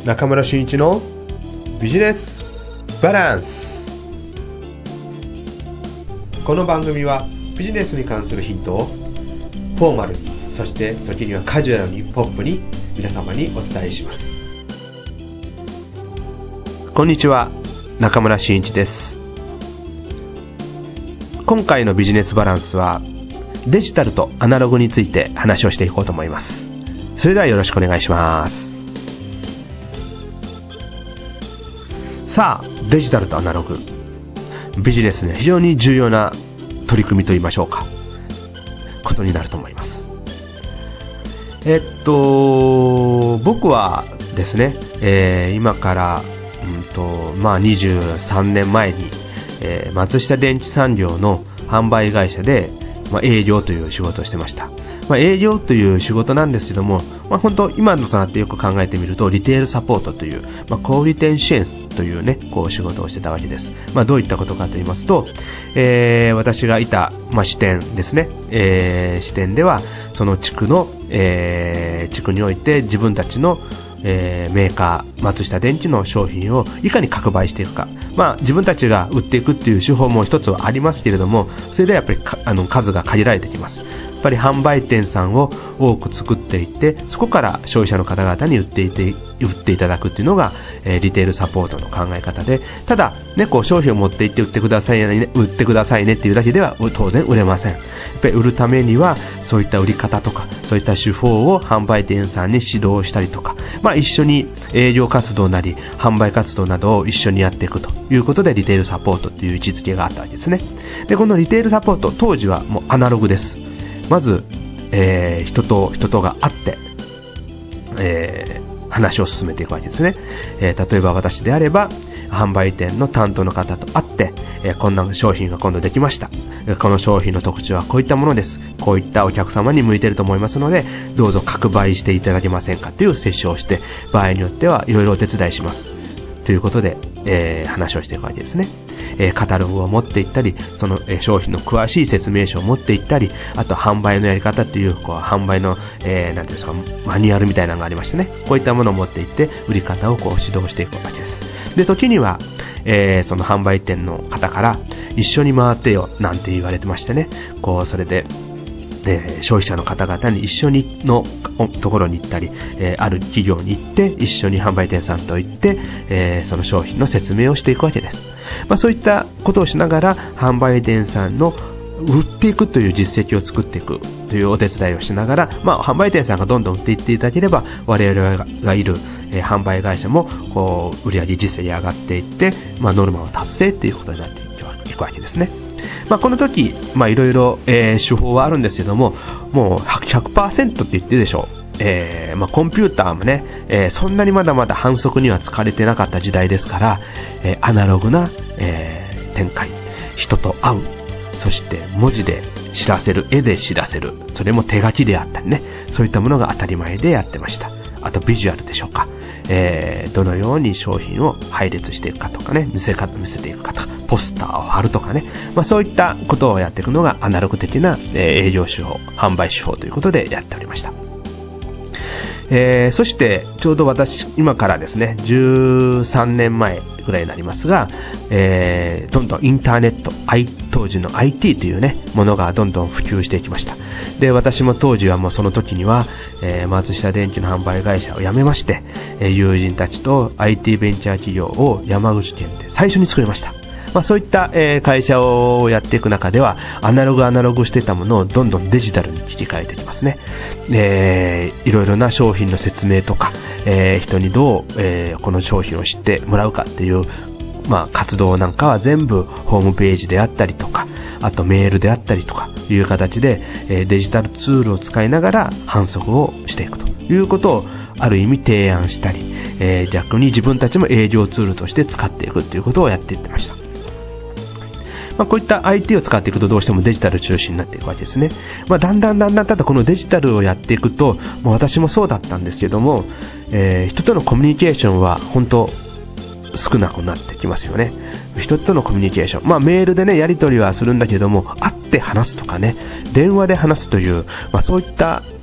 中村俊一のビジネスバランス。この番組はビジネスに関するヒントをフォーマルに、そして時にはカジュアルにポップに皆様にお伝えします。こんにちは、中村俊一です。今回のビジネスバランスはデジタルとアナログについて話をしていこうと思います。それではよろしくお願いします。さあ、デジタルとアナログ、ビジネスに非常に重要な取り組みといいましょうか、ことになると思います。僕はですね、今から23年前に、松下電器産業の販売会社で、営業という仕事をしてました。営業という仕事なんですけども、本当今のとなってよく考えてみるとリテールサポートという、小売店支援というね、仕事をしてたわけです。どういったことかと言いますと、私がいた、支店ですね、支店ではその地区において自分たちのメーカー松下電器の商品をいかに拡売していくか、自分たちが売っていくっていう手法も一つはありますけれども、それではやっぱり数が限られてきます。やっぱり販売店さんを多く作っていって、そこから消費者の方々に売っていただくっていうのが、リテールサポートの考え方で、ただね、商品を持って行って売ってくださいねっていうだけでは当然売れません。やっぱり売るためにはそういった売り方とかそういった手法を販売店さんに指導したりとか、一緒に営業活動なり販売活動などを一緒にやっていくということでリテールサポートという位置づけがあったわけですね。で、このリテールサポート、当時はもうアナログです。まず、人とが会って、話を進めていくわけですね。例えば私であれば販売店の担当の方と会って、こんな商品が今度できました。この商品の特徴はこういったものです。こういったお客様に向いていると思いますので、どうぞ拡売していただけませんかという接種をして、場合によってはいろいろお手伝いしますということで、話をしていくわけですね。カタログを持っていったり、その、商品の詳しい説明書を持っていったり、あと販売のやり方っていう、販売の、なんていうんですか、マニュアルみたいなのがありましてね、こういったものを持っていって売り方を指導していくわけです。で、時には、その販売店の方から一緒に回ってよなんて言われてましてね、それで消費者の方々に一緒にのところに行ったり、ある企業に行って一緒に販売店さんと行って、その商品の説明をしていくわけです。そういったことをしながら販売店さんの売っていくという実績を作っていくというお手伝いをしながら、販売店さんがどんどん売っていっていただければ、我々がいる、販売会社も売上実績が上がっていって、ノルマを達成ということになっていくわけですね。この時、いろいろ手法はあるんですけども、もう 100% って言ってでしょう。コンピューターもね、そんなにまだまだ反則には使われてなかった時代ですから、アナログな、展開、人と会う、そして文字で知らせる、絵で知らせる、それも手書きであったりね、そういったものが当たり前でやってました。あとビジュアルでしょうか、どのように商品を配列していくかとかね、見せていくかとか、ポスターを貼るとかね、そういったことをやっていくのがアナログ的な、営業手法、販売手法ということでやっておりました。そしてちょうど今からですね13年前ぐらいになりますが、どんどんインターネット、当時の IT というねものがどんどん普及していきました。で、私も当時はもうその時には、松下電器の販売会社を辞めまして、友人たちと IT ベンチャー企業を山口県で最初に作りました。そういった、会社をやっていく中ではアナログしていたものをどんどんデジタルに切り替えていきますね。いろいろな商品の説明とか、人にどう、この商品を知ってもらうかっていう、活動なんかは全部ホームページであったりとか、あとメールであったりとかいう形で、デジタルツールを使いながら販促をしていくということをある意味提案したり、逆に自分たちも営業ツールとして使っていくということをやっていってました。こういった IT を使っていくとどうしてもデジタル中心になっていくわけですね。だんだんただこのデジタルをやっていくと、私もそうだったんですけども、人とのコミュニケーションは本当少なくなってきますよね。人とのコミュニケーション、メールでねやり取りはするんだけども、会って話すとかね、電話で話すという、そういった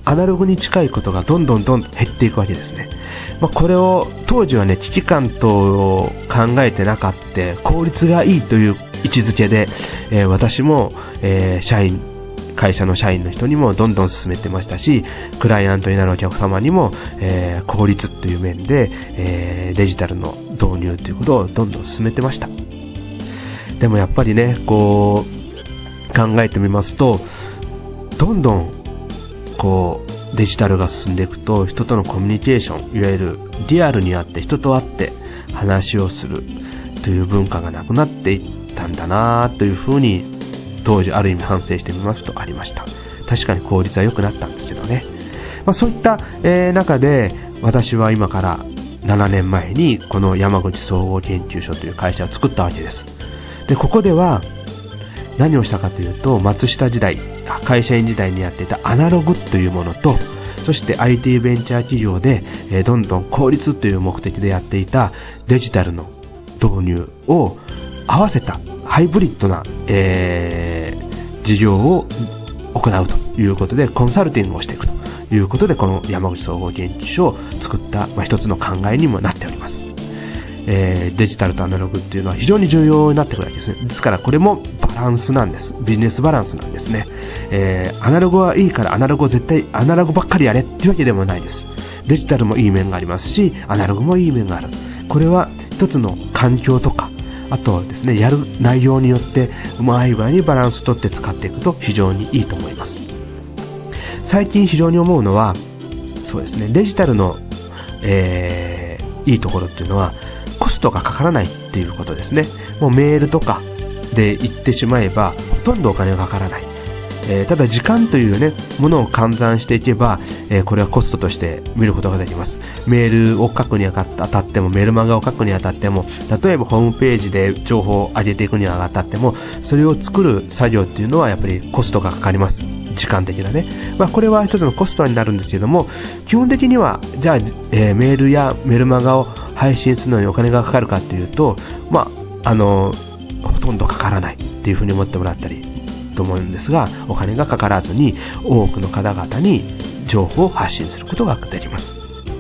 アナログに近いことがどんどん減っていくわけですね。これを当時はね、危機感と考えてなかった、効率がいいという位置づけで、私も、会社の社員の人にもどんどん進めてましたし、クライアントになるお客様にも、効率という面で、デジタルの導入ということをどんどん進めてました。でもやっぱりね、こう考えてみますと、どんどんこうデジタルが進んでいくと、人とのコミュニケーション、いわゆるリアルに会って人と会って話をするという文化がなくなっていったんだなというふうに当時ある意味反省してみますとありました。確かに効率は良くなったんですけどね。そういった、中で私は今から7年前にこの山口総合研究所という会社を作ったわけです。で、ここでは何をしたかというと、松下時代、会社員時代にやっていたアナログというものと、そして IT ベンチャー企業で、どんどん効率という目的でやっていたデジタルの導入を合わせたハイブリッドな、事業を行うということで、コンサルティングをしていくということで、この山口総合研究所を作った、一つの考えにもなっております。デジタルとアナログっていうのは非常に重要になってくるわけですね。ですからこれもバランスなんです。ビジネスバランスなんですね。アナログはいいからアナログを絶対アナログばっかりやれっていうわけでもないです。デジタルもいい面がありますし、アナログもいい面がある。これは一つの環境とか、あとですね、やる内容によってうまい具合にバランスをとって使っていくと非常にいいと思います。最近非常に思うのは、そうですね、デジタルの、いいところっていうのはコストがかからないっていうことですね。もうメールとかで言ってしまえばほとんどお金がかからない。ただ時間というね、ものを換算していけば、これはコストとして見ることができます。メールを書くにあたっても、メルマガを書くにあたっても、例えばホームページで情報を上げていくにあたっても、それを作る作業っていうのはやっぱりコストがかかります。時間的なね。これは一つのコストになるんですけども、基本的には、じゃあ、メールやメルマガを配信するのにお金がかかるかっていうと、ほとんどかからないっていうふうに思ってもらったりと思うんですが、お金がかからずに多くの方々に情報を発信することができます。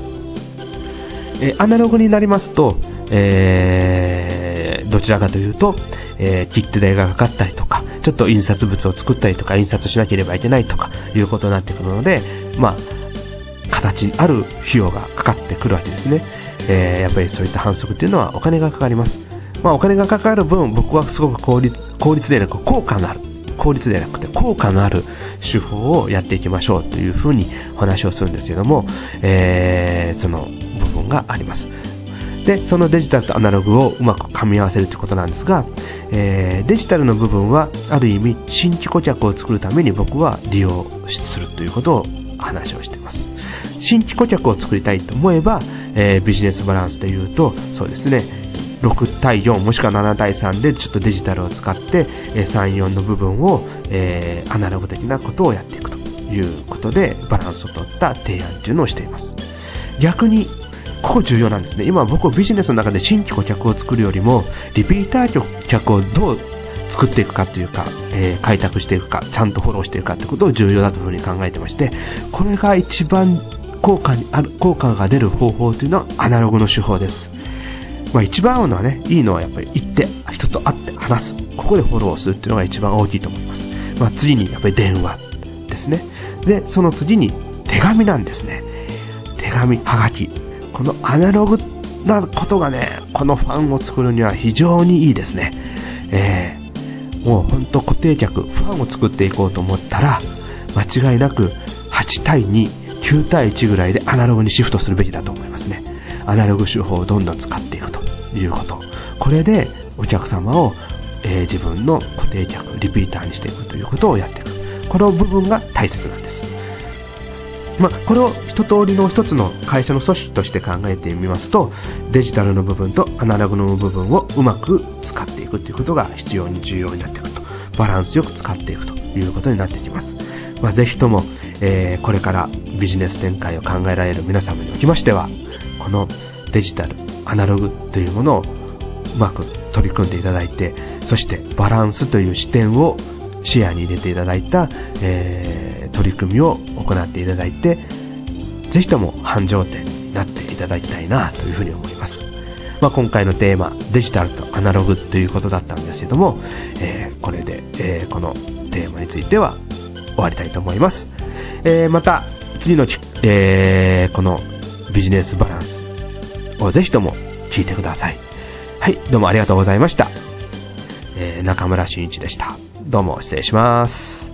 アナログになりますと、どちらかというと、切手代がかかったりとか、ちょっと印刷物を作ったりとか、印刷しなければいけないとかいうことになってくるので、形にある費用がかかってくるわけですね。やっぱりそういった反則というのはお金がかかります。お金がかかる分、僕はすごく効率でなく効果のある、効率でなくて効果のある手法をやっていきましょうというふうにお話をするんですけども、その部分があります。で、そのデジタルとアナログをうまく噛み合わせるということなんですが、デジタルの部分はある意味新規顧客を作るために僕は利用するということを話をしています。新規顧客を作りたいと思えば、ビジネスバランスでいうと、そうですね、6対4もしくは7対3でちょっとデジタルを使って、3、4の部分を、アナログ的なことをやっていくということでバランスを取った提案というのをしています。逆にここ重要なんですね。今僕はビジネスの中で新規顧客を作るよりもリピーター客をどう作っていくかというか、開拓していくか、ちゃんとフォローしていくかということを重要だというふうに考えてまして、これが一番効果が出る方法というのはアナログの手法です。一番合うのはね、いいのはやっぱり行って人と会って話す、ここでフォローするっていうのが一番大きいと思います。次にやっぱり電話ですね。で、その次に手紙なんですね。手紙、はがき、このアナログなことがね、このファンを作るには非常にいいですね。もう本当固定客、ファンを作っていこうと思ったら間違いなく8対2、9対1ぐらいでアナログにシフトするべきだと思いますね。アナログ手法をどんどん使っていくということ。これでお客様を、自分の固定客、リピーターにしていくということをやっていく。この部分が大切なんです。これを一通りの一つの会社の組織として考えてみますと、デジタルの部分とアナログの部分をうまく使っていくということが重要になっていくと。バランスよく使っていくということになってきます。ぜひとも、これからビジネス展開を考えられる皆様におきましては、このデジタル、アナログというものをうまく取り組んでいただいて、そしてバランスという視点を視野に入れていただいた、取り組みを行っていただいて、ぜひとも繁盛店になっていただきたいなというふうに思います。今回のテーマ、デジタルとアナログということだったんですけども、これで、このテーマについては終わりたいと思います。また次の、このビジネスバランスをぜひとも聞いてください。はい、どうもありがとうございました。中村真一でした。どうも失礼します。